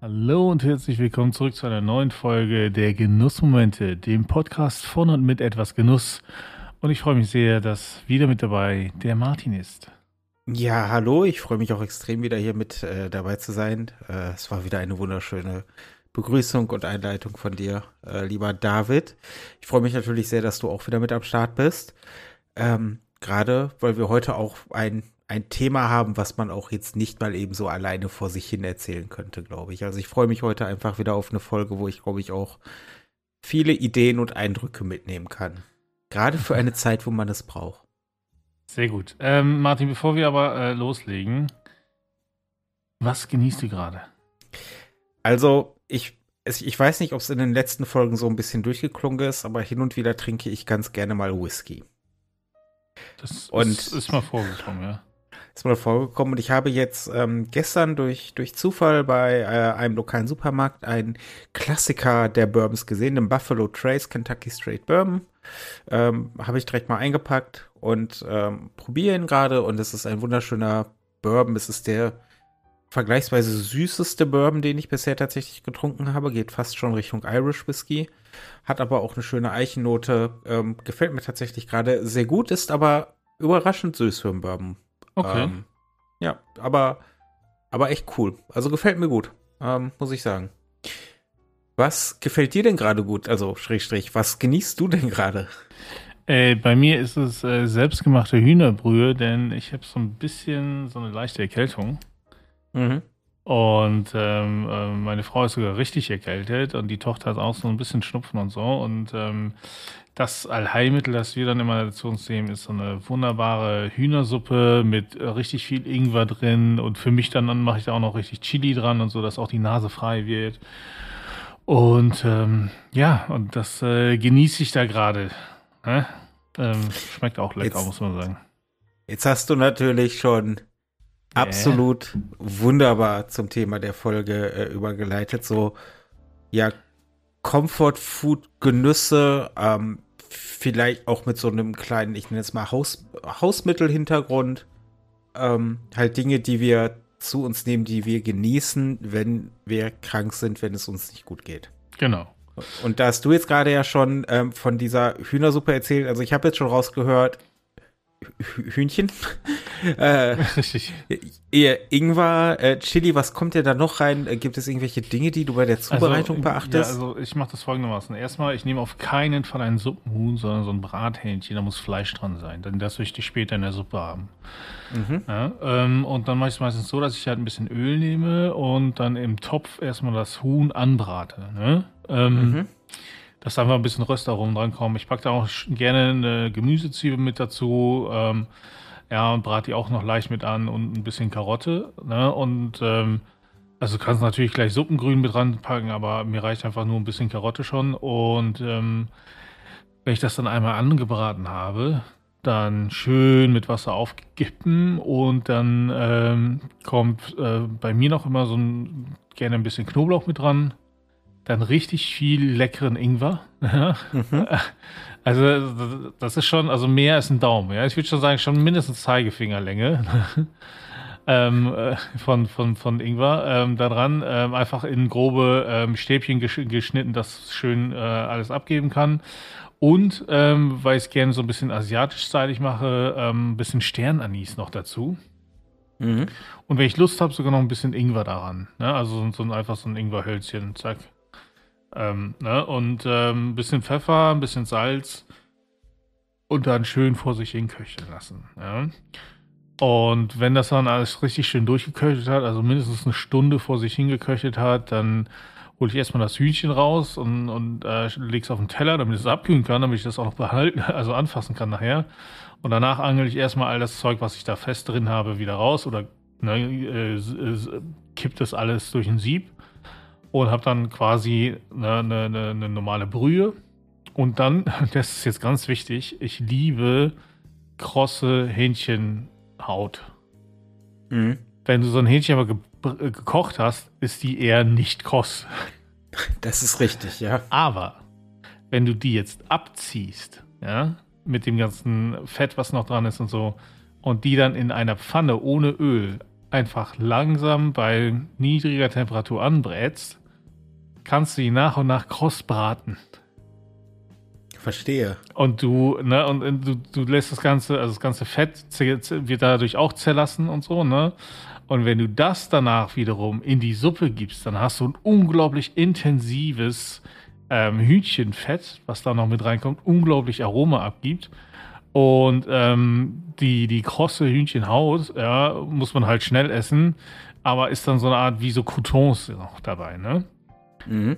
Hallo und herzlich willkommen zurück zu einer neuen Folge der Genussmomente, dem Podcast von und mit etwas Genuss. Und ich freue mich sehr, dass wieder mit dabei der Martin ist. Ja, hallo, ich freue mich auch extrem wieder hier mit dabei zu sein. Es war wieder eine wunderschöne Begrüßung und Einleitung von dir, lieber David. Ich freue mich natürlich sehr, dass du auch wieder mit am Start bist. Gerade weil wir heute auch ein Thema haben, was man auch jetzt nicht mal eben so alleine vor sich hin erzählen könnte, glaube ich. Also ich freue mich heute einfach wieder auf eine Folge, wo ich, glaube ich, auch viele Ideen und Eindrücke mitnehmen kann. Gerade für eine Zeit, wo man es braucht. Sehr gut. Martin, bevor wir aber loslegen, was genießt du gerade? Also, ich weiß nicht, ob es in den letzten Folgen so ein bisschen durchgeklungen ist, aber hin und wieder trinke ich ganz gerne mal Whisky. Das Und ist mal vorgekommen, ja. ist mal vorgekommen und ich habe jetzt gestern durch Zufall bei einem lokalen Supermarkt einen Klassiker der Bourbons gesehen, den Buffalo Trace Kentucky Straight Bourbon. Habe ich direkt mal eingepackt und probiere ihn gerade und es ist ein wunderschöner Bourbon. Es ist der vergleichsweise süßeste Bourbon, den ich bisher tatsächlich getrunken habe. Geht fast schon Richtung Irish Whisky. Hat aber auch eine schöne Eichennote. Gefällt mir tatsächlich gerade sehr gut, ist aber überraschend süß für einen Bourbon. Okay. Ja, aber echt cool. Also gefällt mir gut, muss ich sagen. Was gefällt dir denn gerade gut? Also, Schrägstrich, was genießt du denn gerade? Bei mir ist es selbstgemachte Hühnerbrühe, denn ich habe so ein bisschen so eine leichte Erkältung. Mhm. Und meine Frau ist sogar richtig erkältet und die Tochter hat auch so ein bisschen Schnupfen und so. Und das Allheilmittel, das wir dann immer zu uns nehmen, ist so eine wunderbare Hühnersuppe mit richtig viel Ingwer drin. Und für mich dann mache ich da auch noch richtig Chili dran und so, dass auch die Nase frei wird. Und ja, und das genieße ich da gerade. Ne? Schmeckt auch lecker, Jetzt, muss man sagen. jetzt hast du natürlich schon Yeah. absolut wunderbar zum Thema der Folge übergeleitet. So, ja, Comfort Food Genüsse, vielleicht auch mit so einem kleinen, ich nenne es mal Hausmittelhintergrund. Halt Dinge, die wir zu uns nehmen, die wir genießen, wenn wir krank sind, wenn es uns nicht gut geht. Genau. Und da hast du jetzt gerade ja schon von dieser Hühnersuppe erzählt. Also ich habe jetzt schon rausgehört, Hühnchen. äh, Richtig. Eher Ingwer, Chili, was kommt dir da noch rein? Gibt es irgendwelche Dinge, die du bei der Zubereitung Ja, beachtest? also ich mache das folgendermaßen. Erstmal, ich nehme auf keinen Fall einen Suppenhuhn, sondern so ein Brathähnchen, da muss Fleisch dran sein, denn das möchte ich später in der Suppe haben. Mhm. Ja, und dann mache ich es meistens so, dass ich halt ein bisschen Öl nehme und dann im Topf erstmal das Huhn anbrate. Ne? Mhm. Dass da einfach ein bisschen Röstaromen dran kommen. Ich packe da auch gerne eine Gemüsezwiebel mit dazu. Ja, und brate die auch noch leicht mit an und ein bisschen Karotte. Ne? Und also du kannst natürlich gleich Suppengrün mit ranpacken, aber mir reicht einfach nur ein bisschen Karotte schon. Und wenn ich das dann einmal angebraten habe, dann schön mit Wasser aufkippen und dann kommt bei mir noch immer gerne ein bisschen Knoblauch mit dran. Dann richtig viel leckeren Ingwer. Ja. Mhm. Also das ist schon, also mehr als ein Daumen. Ja. Ich würde schon sagen, schon mindestens Zeigefingerlänge von Ingwer da dran. Einfach in grobe Stäbchen geschnitten, dass schön alles abgeben kann. Und weil ich es gerne so ein bisschen asiatisch-stylig mache, ein bisschen Sternanis noch dazu. Mhm. Und wenn ich Lust habe, sogar noch ein bisschen Ingwer daran. Ne? Also einfach so ein Ingwerhölzchen, zack. Ne? Und ein bisschen Pfeffer, ein bisschen Salz und dann schön vor sich hin köcheln lassen. Ja? Und wenn das dann alles richtig schön durchgeköchelt hat, also mindestens eine Stunde vor sich hingeköchelt hat, dann hole ich erstmal das Hühnchen raus und lege es auf den Teller, damit es abkühlen kann, damit ich das auch noch behalten, also anfassen kann nachher. Und danach angel ich erstmal all das Zeug, was ich da fest drin habe, wieder raus oder ne, kipp das alles durch ein Sieb und habe dann quasi eine normale Brühe. Und dann, das ist jetzt ganz wichtig, ich liebe krosse Hähnchenhaut. Mhm. Wenn du so ein Hähnchen aber gekocht hast, ist die eher nicht kross. Das ist richtig, ja. Aber wenn du die jetzt abziehst, ja, mit dem ganzen Fett, was noch dran ist und so, und die dann in einer Pfanne ohne Öl einfach langsam bei niedriger Temperatur anbrätst, kannst du die nach und nach kross braten. Verstehe. Und du lässt das Ganze, also das ganze Fett wird dadurch auch zerlassen und so, ne? Und wenn du das danach wiederum in die Suppe gibst, dann hast du ein unglaublich intensives Hühnchenfett, was da noch mit reinkommt, unglaublich Aroma abgibt. Und die krosse Hühnchenhaut, ja, muss man halt schnell essen, aber ist dann so eine Art wie so Croutons noch dabei, ne? Mhm.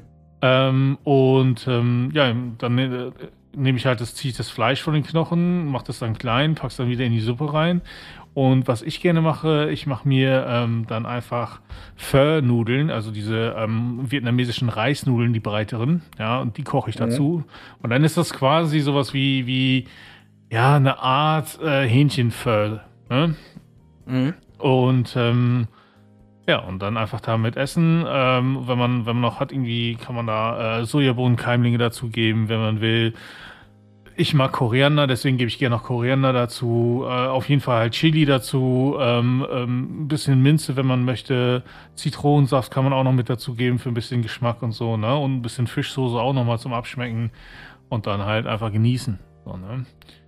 Ja, dann nehme ich halt ziehe ich das Fleisch von den Knochen, mache das dann klein, pack's dann wieder in die Suppe rein. Und was ich gerne mache, ich mache mir dann einfach Pho-Nudeln, also diese vietnamesischen Reisnudeln, die breiteren, ja, und die koche ich dazu. Und dann ist das quasi sowas wie ja, eine Art Hähnchenpho, ne? Mhm. Und ja, und dann einfach damit essen. Wenn man noch hat, irgendwie kann man da Sojabohnenkeimlinge dazugeben, wenn man will. Ich mag Koriander, deswegen gebe ich gerne noch Koriander dazu. Auf jeden Fall halt Chili dazu. Ein bisschen Minze, wenn man möchte. Zitronensaft kann man auch noch mit dazu geben für ein bisschen Geschmack und so, ne? Und ein bisschen Fischsoße auch nochmal zum Abschmecken. Und dann halt einfach genießen. So, ne?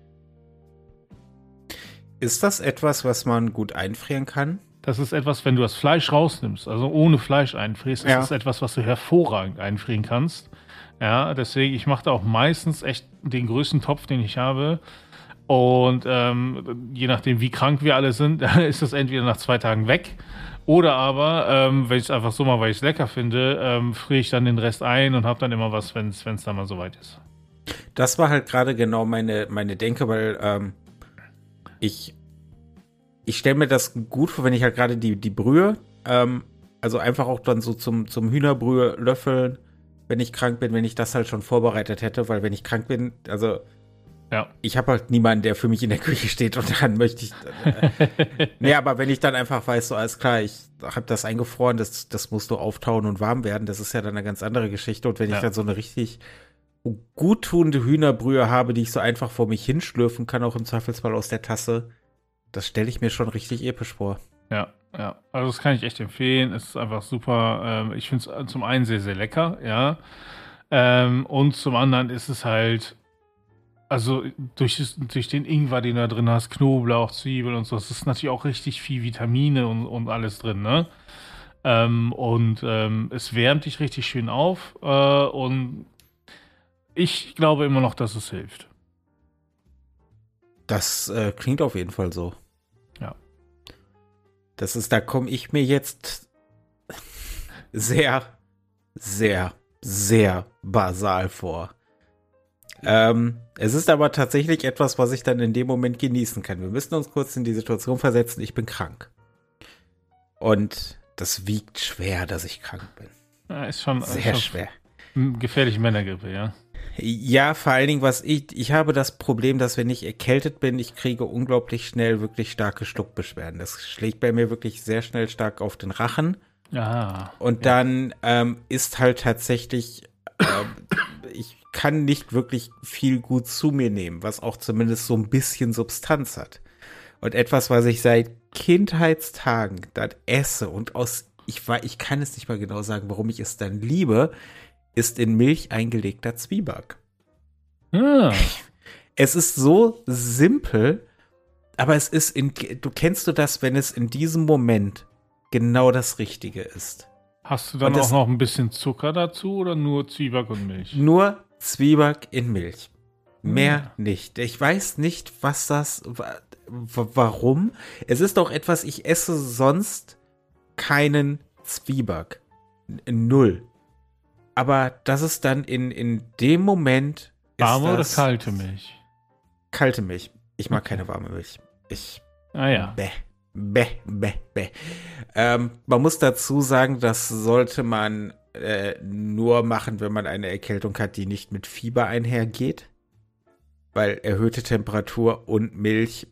Ist das etwas, was man gut einfrieren kann? Das ist etwas, wenn du das Fleisch rausnimmst, also ohne Fleisch einfrierst, ist das etwas, was du hervorragend einfrieren kannst. Ja, deswegen, ich mache da auch meistens echt den größten Topf, den ich habe. Und je nachdem, wie krank wir alle sind, ist das entweder nach 2 Tagen weg. Oder aber, wenn ich es einfach so mache, weil ich es lecker finde, friere ich dann den Rest ein und habe dann immer was, wenn es dann mal soweit ist. Das war halt gerade genau meine Denke, weil ich stelle mir das gut vor, wenn ich halt gerade die Brühe, also einfach auch dann so zum Hühnerbrühe löffeln, wenn ich krank bin, wenn ich das halt schon vorbereitet hätte, weil wenn ich krank bin, also ja. Ich habe halt niemanden, der für mich in der Küche steht und dann möchte ich, nee, aber wenn ich dann einfach weiß, so alles klar, ich habe das eingefroren, das musst du auftauen und warm werden, das ist ja dann eine ganz andere Geschichte und wenn ich dann so eine richtig guttunende Hühnerbrühe habe, die ich so einfach vor mich hinschlürfen kann, auch im Zweifelsfall aus der Tasse, das stelle ich mir schon richtig episch vor. Ja, also das kann ich echt empfehlen. Es ist einfach super. Ich finde es zum einen sehr, sehr lecker, ja. Und zum anderen ist es halt, also durch den Ingwer, den du da drin hast, Knoblauch, Zwiebel und so, es ist natürlich auch richtig viel Vitamine und alles drin, ne? Es wärmt dich richtig schön auf und ich glaube immer noch, dass es hilft. Das klingt auf jeden Fall so. Ja. Da komme ich mir jetzt sehr, sehr, sehr basal vor. Es ist aber tatsächlich etwas, was ich dann in dem Moment genießen kann. Wir müssen uns kurz in die Situation versetzen, ich bin krank. Und das wiegt schwer, dass ich krank bin. Ja, ist schon sehr schwer. Gefährliche Männergrippe, ja. Ja, vor allen Dingen, ich habe das Problem, dass wenn ich erkältet bin, ich kriege unglaublich schnell wirklich starke Schluckbeschwerden. Das schlägt bei mir wirklich sehr schnell stark auf den Rachen. Aha. Und dann ist halt tatsächlich, ich kann nicht wirklich viel gut zu mir nehmen, was auch zumindest so ein bisschen Substanz hat. Und etwas, was ich seit Kindheitstagen dann esse und ich kann es nicht mal genau sagen, warum ich es dann liebe, ist in Milch eingelegter Zwieback. Ah. Es ist so simpel, aber du kennst du das, wenn es in diesem Moment genau das Richtige ist. Hast du dann auch noch ein bisschen Zucker dazu oder nur Zwieback und Milch? Nur Zwieback in Milch. Mehr nicht. Ich weiß nicht, warum. Es ist doch etwas, ich esse sonst keinen Zwieback. Null. Aber das ist dann in dem Moment. Warme oder kalte Milch? Kalte Milch. Ich mag keine warme Milch. Ja. Bäh. Man muss dazu sagen, das sollte man nur machen, wenn man eine Erkältung hat, die nicht mit Fieber einhergeht. Weil erhöhte Temperatur und Milch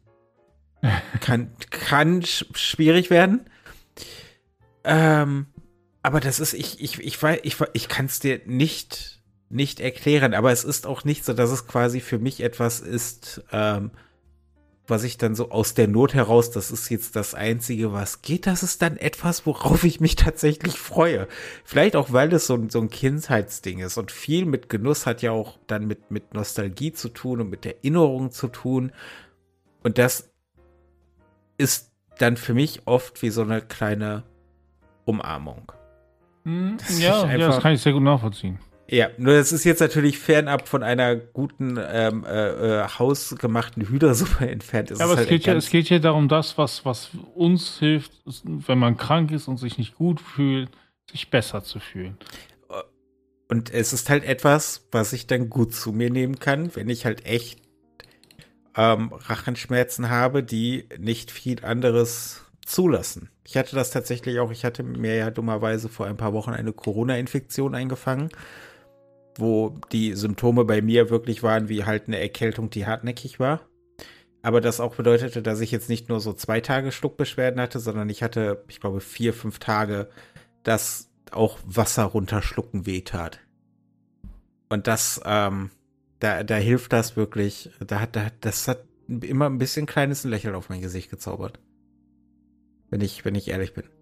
kann schwierig werden. Aber das ist, ich kann es dir nicht erklären, aber es ist auch nicht so, dass es quasi für mich etwas ist, was ich dann so aus der Not heraus, das ist jetzt das Einzige, was geht, das ist dann etwas, worauf ich mich tatsächlich freue. Vielleicht auch, weil es so ein Kindheitsding ist und viel mit Genuss hat ja auch dann mit Nostalgie zu tun und mit Erinnerungen zu tun. Und das ist dann für mich oft wie so eine kleine Umarmung. Ja, das kann ich sehr gut nachvollziehen. Ja, nur das ist jetzt natürlich fernab von einer guten hausgemachten Hühnersuppe entfernt. Ja, aber es geht ja darum, das, was uns hilft, wenn man krank ist und sich nicht gut fühlt, sich besser zu fühlen. Und es ist halt etwas, was ich dann gut zu mir nehmen kann, wenn ich halt echt Rachenschmerzen habe, die nicht viel anderes zulassen. Ich hatte das tatsächlich auch, ich hatte mir ja dummerweise vor ein paar Wochen eine Corona-Infektion eingefangen, wo die Symptome bei mir wirklich waren wie halt eine Erkältung, die hartnäckig war. Aber das auch bedeutete, dass ich jetzt nicht nur so 2 Tage Schluckbeschwerden hatte, sondern ich hatte, ich glaube, 4, 5 Tage, dass auch Wasser runterschlucken wehtat. Und das, da hilft das wirklich, das hat immer ein bisschen kleines Lächeln auf mein Gesicht gezaubert. Wenn ich ehrlich bin.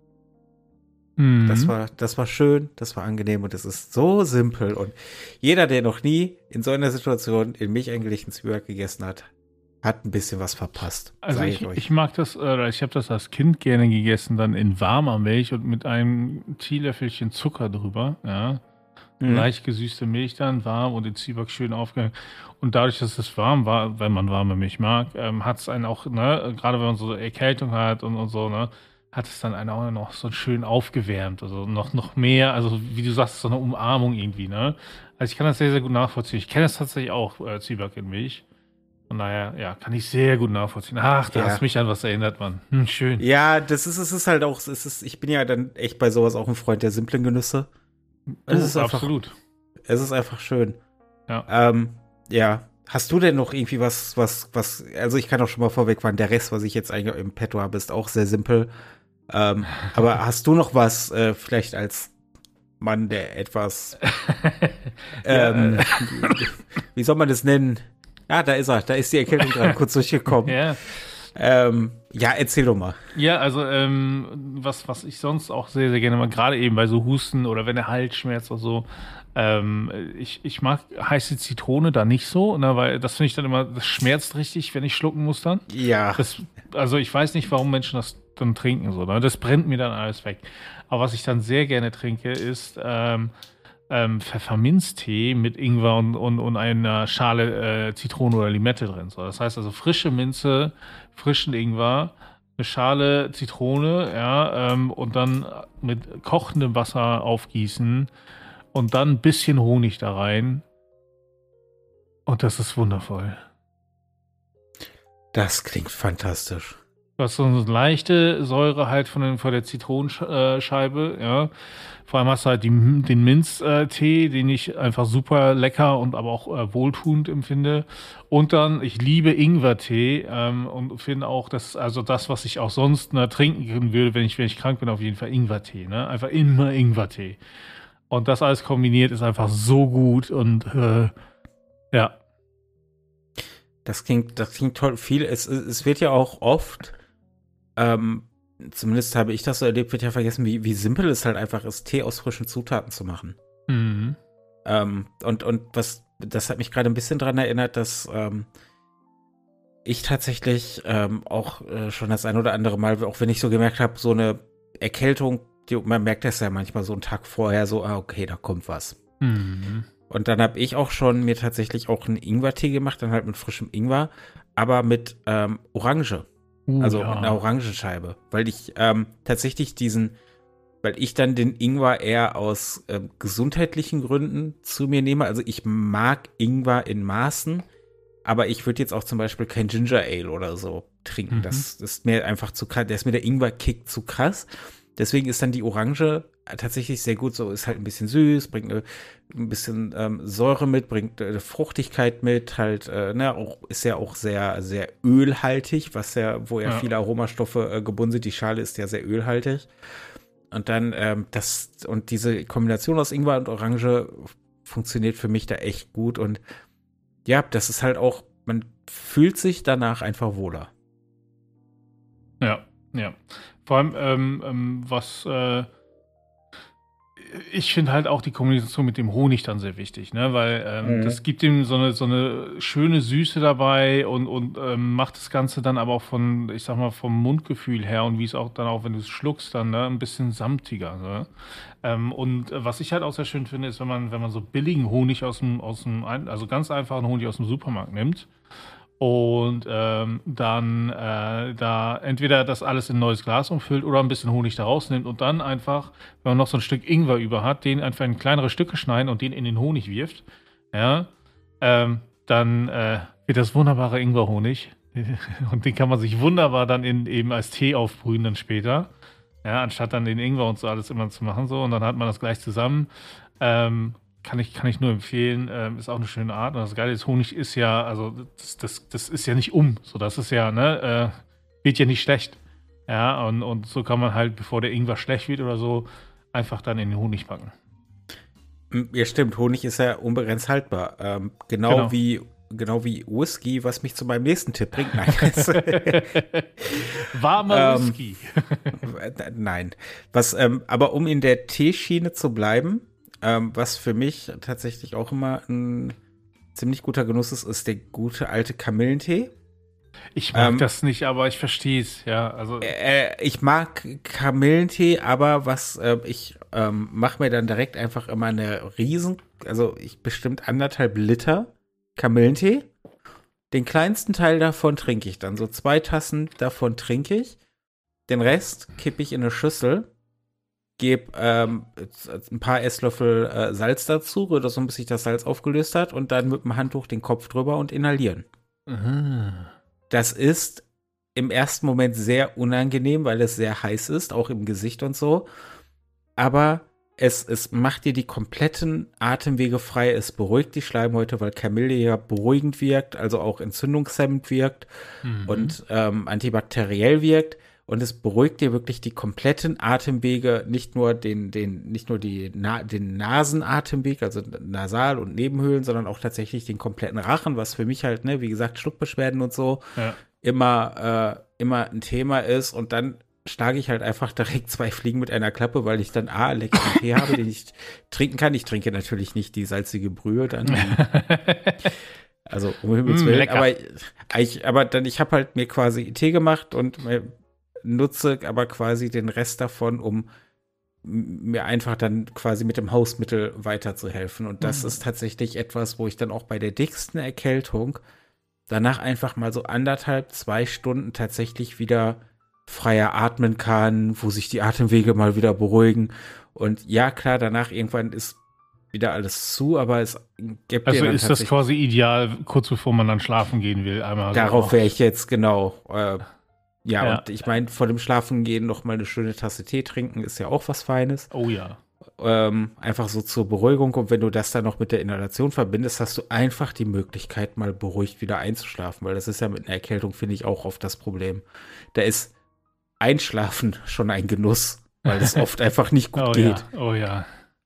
Das war schön, das war angenehm und es ist so simpel. Und jeder, der noch nie in so einer Situation in Milch eingelegten Zwieback gegessen hat, hat ein bisschen was verpasst. Also ich mag das, ich habe das als Kind gerne gegessen, dann in warmer Milch und mit einem Teelöffelchen Zucker drüber, ja. Leicht gesüßte Milch dann, warm und den Zwieback schön aufgegangen. Und dadurch, dass es warm war, wenn man warme Milch mag, hat es einen auch, ne, gerade wenn man so Erkältung hat und so, ne, hat es dann einen auch noch so schön aufgewärmt. Also noch mehr, also wie du sagst, so eine Umarmung irgendwie, ne? Also ich kann das sehr, sehr gut nachvollziehen. Ich kenne das tatsächlich auch, Zwieback in Milch. Von daher, ja, kann ich sehr gut nachvollziehen. Ach, da hast mich an was erinnert, Mann. Schön. Ja, es ist halt auch, ich bin ja dann echt bei sowas auch ein Freund der simplen Genüsse. Es ist einfach, absolut. Es ist einfach schön. Ja. Ja. Hast du denn noch irgendwie was, also ich kann auch schon mal vorwegfahren, der Rest, was ich jetzt eigentlich im Petto habe, ist auch sehr simpel. Aber hast du noch was, vielleicht als Mann, der etwas, wie soll man das nennen? Ja, da ist er, da ist die Erkältung gerade kurz durchgekommen. Ja. Ja, erzähl doch mal. Ja, also was ich sonst auch sehr, sehr gerne mag, gerade eben bei so Husten oder wenn der Hals schmerzt oder so, ich mag heiße Zitrone da nicht so, ne, weil das finde ich dann immer, das schmerzt richtig, wenn ich schlucken muss dann. Ja. Also ich weiß nicht, warum Menschen das dann trinken so, ne? Das brennt mir dann alles weg. Aber was ich dann sehr gerne trinke, ist Pfefferminztee mit Ingwer und einer Schale Zitrone oder Limette drin. So. Das heißt also frische Minze, frischen Ingwer, eine Schale Zitrone, ja, und dann mit kochendem Wasser aufgießen und dann ein bisschen Honig da rein. Und das ist wundervoll. Das klingt fantastisch. Du hast so eine leichte Säure halt von der Zitronenscheibe, ja. Vor allem hast du halt den Minztee, den ich einfach super lecker und aber auch wohltuend empfinde. Und dann, ich liebe Ingwertee und finde auch, dass also das, was ich auch sonst trinken würde, wenn ich krank bin, auf jeden Fall Ingwertee, ne? Einfach immer Ingwertee. Und das alles kombiniert ist einfach so gut und ja. Das klingt toll. Es wird ja auch oft zumindest habe ich das so erlebt, wird ja vergessen, wie simpel es halt einfach ist, Tee aus frischen Zutaten zu machen. Mhm. Und das hat mich gerade ein bisschen daran erinnert, dass ich tatsächlich auch schon das ein oder andere Mal, auch wenn ich so gemerkt habe, so eine Erkältung, man merkt das ja manchmal so einen Tag vorher, so, okay, da kommt was. Mhm. Und dann habe ich auch schon mir tatsächlich auch einen Ingwertee gemacht, dann halt mit frischem Ingwer, aber mit Orange. Also ja. mit einer Orangenscheibe. Weil ich tatsächlich weil ich dann den Ingwer eher aus gesundheitlichen Gründen zu mir nehme. Also ich mag Ingwer in Maßen, aber ich würde jetzt auch zum Beispiel kein Ginger Ale oder so trinken. Das ist mir einfach zu krass. Da ist mir der Ingwer-Kick zu krass. Deswegen ist dann die Orange tatsächlich sehr gut. So ist halt ein bisschen süß, bringt ein bisschen Säure mit, bringt Fruchtigkeit mit, halt, auch, ist ja auch sehr, sehr ölhaltig, wo ja viele Aromastoffe gebunden sind. Die Schale ist ja sehr ölhaltig. Und dann und diese Kombination aus Ingwer und Orange funktioniert für mich da echt gut. Und ja, das ist halt auch, man fühlt sich danach einfach wohler. Ja, ja. Vor allem, ich finde halt auch die Kommunikation mit dem Honig dann sehr wichtig, ne? Weil das Mhm. gibt ihm so eine schöne Süße dabei und macht das Ganze dann aber auch von, ich sag mal, vom Mundgefühl her und wie es auch dann auch, wenn du es schluckst, dann ne, ein bisschen samtiger. Ne? Was ich halt auch sehr schön finde, ist, wenn man so billigen Honig also ganz einfachen Honig aus dem Supermarkt nimmt und dann da entweder das alles in ein neues Glas umfüllt oder ein bisschen Honig da rausnimmt und dann einfach, wenn man noch so ein Stück Ingwer über hat, den einfach in kleinere Stücke schneiden und den in den Honig wirft, ja, dann wird das wunderbare Ingwerhonig. Und den kann man sich wunderbar dann eben als Tee aufbrühen dann später. Ja, anstatt dann den Ingwer und so alles immer zu machen so. Und dann hat man das gleich zusammen. Kann ich nur empfehlen. Ist auch eine schöne Art. Und das Geile ist, Honig ist ja, also das ist ja nicht so, das ist ja, ne, wird ja nicht schlecht. Ja, und so kann man halt, bevor der Ingwer schlecht wird oder so, einfach dann in den Honig packen. Ja, stimmt. Honig ist ja unbegrenzt haltbar. Genau. Genau wie Whisky, was mich zu meinem nächsten Tipp bringt. Nein, Warmer ähm, Whisky. nein. Aber um in der Teeschiene zu bleiben, was für mich tatsächlich auch immer ein ziemlich guter Genuss ist, ist der gute alte Kamillentee. Ich mag Ähm, das nicht, aber ich verstehe es, ja. Also, Ich mag Kamillentee, aber ich mache mir dann direkt einfach immer also ich bestimmt 1,5 Liter Kamillentee. Den kleinsten Teil davon trinke ich dann. So 2 Tassen davon trinke ich. Den Rest kippe ich in eine Schüssel, gebe ein paar Esslöffel Salz dazu, rühre das so, bis sich das Salz aufgelöst hat und dann mit dem Handtuch den Kopf drüber und inhalieren. aha. Das ist im ersten Moment sehr unangenehm, weil es sehr heiß ist, auch im Gesicht und so. Aber es macht dir die kompletten Atemwege frei. Es beruhigt die Schleimhäute, weil Kamille ja beruhigend wirkt, also auch entzündungshemmend wirkt Mhm. und antibakteriell wirkt. Und es beruhigt dir wirklich die kompletten Atemwege, nicht nur den Nasenatemweg, also Nasal- und Nebenhöhlen, sondern auch tatsächlich den kompletten Rachen, was für mich halt, ne, wie gesagt, Schluckbeschwerden und so Ja. immer ein Thema ist. Und dann schlage ich halt einfach direkt 2 Fliegen mit einer Klappe, weil ich dann leckeren Tee habe, den ich trinken kann. Ich trinke natürlich nicht die salzige Brühe dann, also um Himmels Willen, Lecker. ich habe halt mir quasi Tee gemacht und nutze aber quasi den Rest davon, um mir einfach dann quasi mit dem Hausmittel weiterzuhelfen. Und das ist tatsächlich etwas, wo ich dann auch bei der dicksten Erkältung danach einfach mal so 1,5, 2 Stunden tatsächlich wieder freier atmen kann, wo sich die Atemwege mal wieder beruhigen. Und ja, klar, danach irgendwann ist wieder alles zu, aber es gibt dir Also dann ist das tatsächlich, quasi ideal, kurz bevor man dann schlafen gehen will, einmal so. darauf wäre ich jetzt genau. Ja, Ja. und ich meine, vor dem Schlafengehen noch mal eine schöne Tasse Tee trinken ist ja auch was Feines. Oh ja. Einfach so zur Beruhigung. Und wenn du das dann noch mit der Inhalation verbindest, hast du einfach die Möglichkeit, mal beruhigt wieder einzuschlafen. Weil das ist ja mit einer Erkältung, finde ich, auch oft das Problem. Da ist Einschlafen schon ein Genuss, weil es oft einfach nicht gut Oh geht. ja. Oh ja.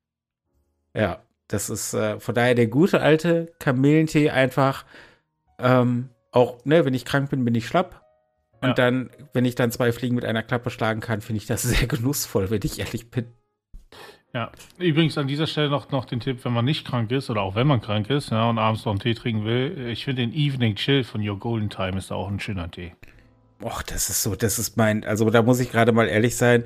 Ja, das ist von daher der gute alte Kamillentee einfach auch, ne, wenn ich krank bin, bin ich schlapp. Und Ja. dann, wenn ich dann 2 Fliegen mit einer Klappe schlagen kann, finde ich das sehr genussvoll, wenn ich ehrlich bin. Ja. Übrigens an dieser Stelle noch den Tipp, wenn man nicht krank ist oder auch wenn man krank ist, ja, und abends noch einen Tee trinken will. Ich finde den Evening Chill von Your Golden Time ist auch ein schöner Tee. Och, also da muss ich gerade mal ehrlich sein.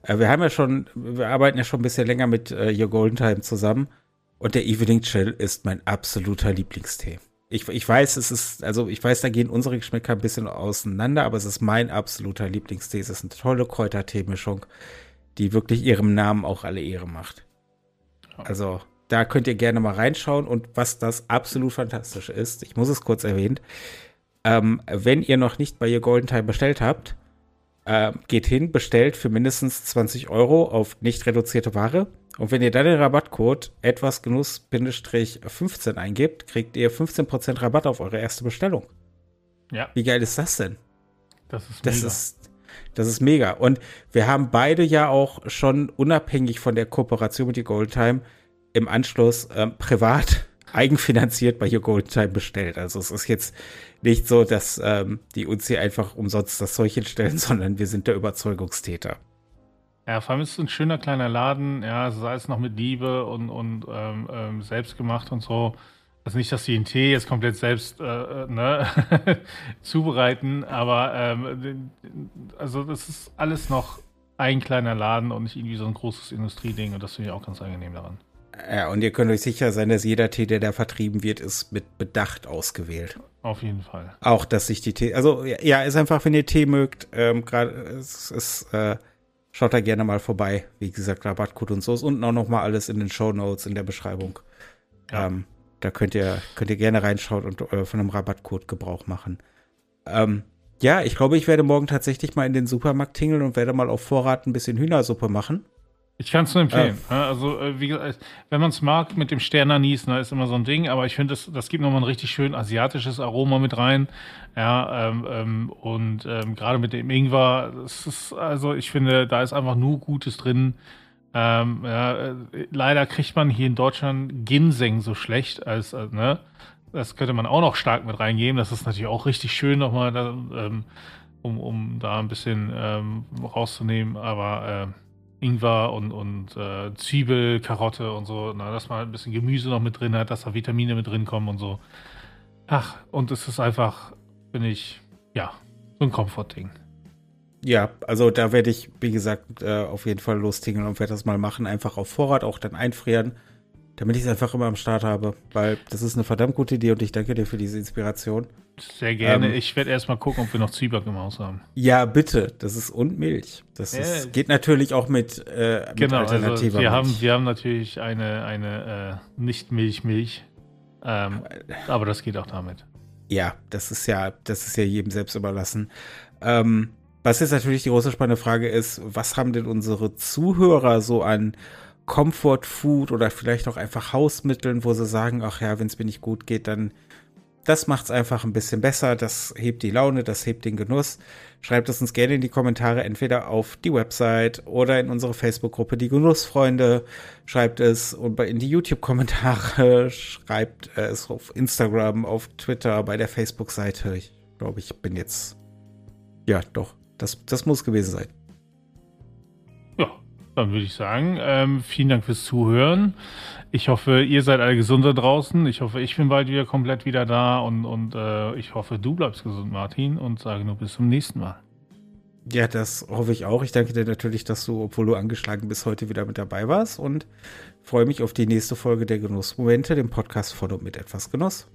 Wir arbeiten ja schon ein bisschen länger mit Your Golden Time zusammen und der Evening Chill ist mein absoluter Lieblingstee. Ich weiß, ich weiß, da gehen unsere Geschmäcker ein bisschen auseinander, aber es ist mein absoluter Lieblingstee. Es ist eine tolle Kräutertee-Mischung, die wirklich ihrem Namen auch alle Ehre macht. Ja. Also, da könnt ihr gerne mal reinschauen und was das absolut fantastisch ist, ich muss es kurz erwähnen, wenn ihr noch nicht bei Your Golden Time bestellt habt, geht hin, bestellt für mindestens 20 € auf nicht reduzierte Ware. Und wenn ihr dann den Rabattcode etwasgenuss-15 eingebt, kriegt ihr 15% Rabatt auf eure erste Bestellung. Ja, Wie geil ist das denn? das ist Das mega. ist, das ist mega. Und wir haben beide ja auch schon unabhängig von der Kooperation mit die Golden Time im Anschluss privat eigenfinanziert bei Your Golden Time bestellt. Also es ist jetzt nicht so, dass die uns hier einfach umsonst das Zeug hinstellen, sondern wir sind der Überzeugungstäter. Ja, vor allem ist es ein schöner kleiner Laden, ja, es ist alles noch mit Liebe und selbst gemacht und so. Also nicht, dass die den Tee jetzt komplett selbst ne, zubereiten, aber also das ist alles noch ein kleiner Laden und nicht irgendwie so ein großes Industrieding und das finde ich auch ganz angenehm daran. Ja, und ihr könnt euch sicher sein, dass jeder Tee, der da vertrieben wird, ist mit Bedacht ausgewählt. Auf jeden Fall. Auch, dass sich die Tee, also ja, ist einfach, wenn ihr Tee mögt, gerade, schaut da gerne mal vorbei. Wie gesagt, Rabattcode und so ist unten auch noch mal alles in den Shownotes, in der Beschreibung. Ja. Da könnt ihr gerne reinschauen und von einem Rabattcode Gebrauch machen. Ja, ich glaube, ich werde morgen tatsächlich mal in den Supermarkt tingeln und werde mal auf Vorrat ein bisschen Hühnersuppe machen. Ich kann es nur empfehlen. Also, wie gesagt, wenn man es mag, mit dem Sternanis, ne, ist immer so ein Ding, aber ich finde, das gibt nochmal ein richtig schön asiatisches Aroma mit rein. Ja, und gerade mit dem Ingwer, das ist, also ich finde, da ist einfach nur Gutes drin. Leider kriegt man hier in Deutschland Ginseng so schlecht, ne? Das könnte man auch noch stark mit reingeben. Das ist natürlich auch richtig schön nochmal, um da ein bisschen rauszunehmen, aber Ingwer und Zwiebel, Karotte und so, na, dass man ein bisschen Gemüse noch mit drin hat, dass da Vitamine mit drin kommen und so. Ach, und es ist einfach, finde ich, ja, so ein Komfortding. Ja, also da werde ich, wie gesagt, auf jeden Fall lostingeln und werde das mal machen. Einfach auf Vorrat auch dann einfrieren, damit ich es einfach immer am Start habe. Weil das ist eine verdammt gute Idee und ich danke dir für diese Inspiration. Sehr gerne. Ich werde erstmal gucken, ob wir noch Zwieback im Haus haben. Ja, bitte. Das ist und Milch. Das geht natürlich auch mit Genau, alternativer also Milch. wir haben natürlich eine Nicht-Milch, aber das geht auch damit. Ja, das ist ja jedem selbst überlassen. Was jetzt natürlich die große spannende Frage ist, was haben denn unsere Zuhörer so an Comfort Food oder vielleicht auch einfach Hausmitteln, wo sie sagen, ach ja, wenn es mir nicht gut geht, dann das macht es einfach ein bisschen besser, das hebt die Laune, das hebt den Genuss. Schreibt es uns gerne in die Kommentare, entweder auf die Website oder in unsere Facebook-Gruppe Die Genussfreunde. Schreibt es in die YouTube-Kommentare, schreibt es auf Instagram, auf Twitter, bei der Facebook-Seite. Ich glaube, ich bin jetzt, ja doch, das muss gewesen sein. Ja, dann würde ich sagen, vielen Dank fürs Zuhören. Ich hoffe, ihr seid alle gesund da draußen. Ich hoffe, ich bin bald wieder komplett wieder da und ich hoffe, du bleibst gesund, Martin, und sage nur bis zum nächsten Mal. Ja, das hoffe ich auch. Ich danke dir natürlich, dass du, obwohl du angeschlagen bist, heute wieder mit dabei warst und freue mich auf die nächste Folge der Genussmomente, dem Podcast von und mit etwas Genuss.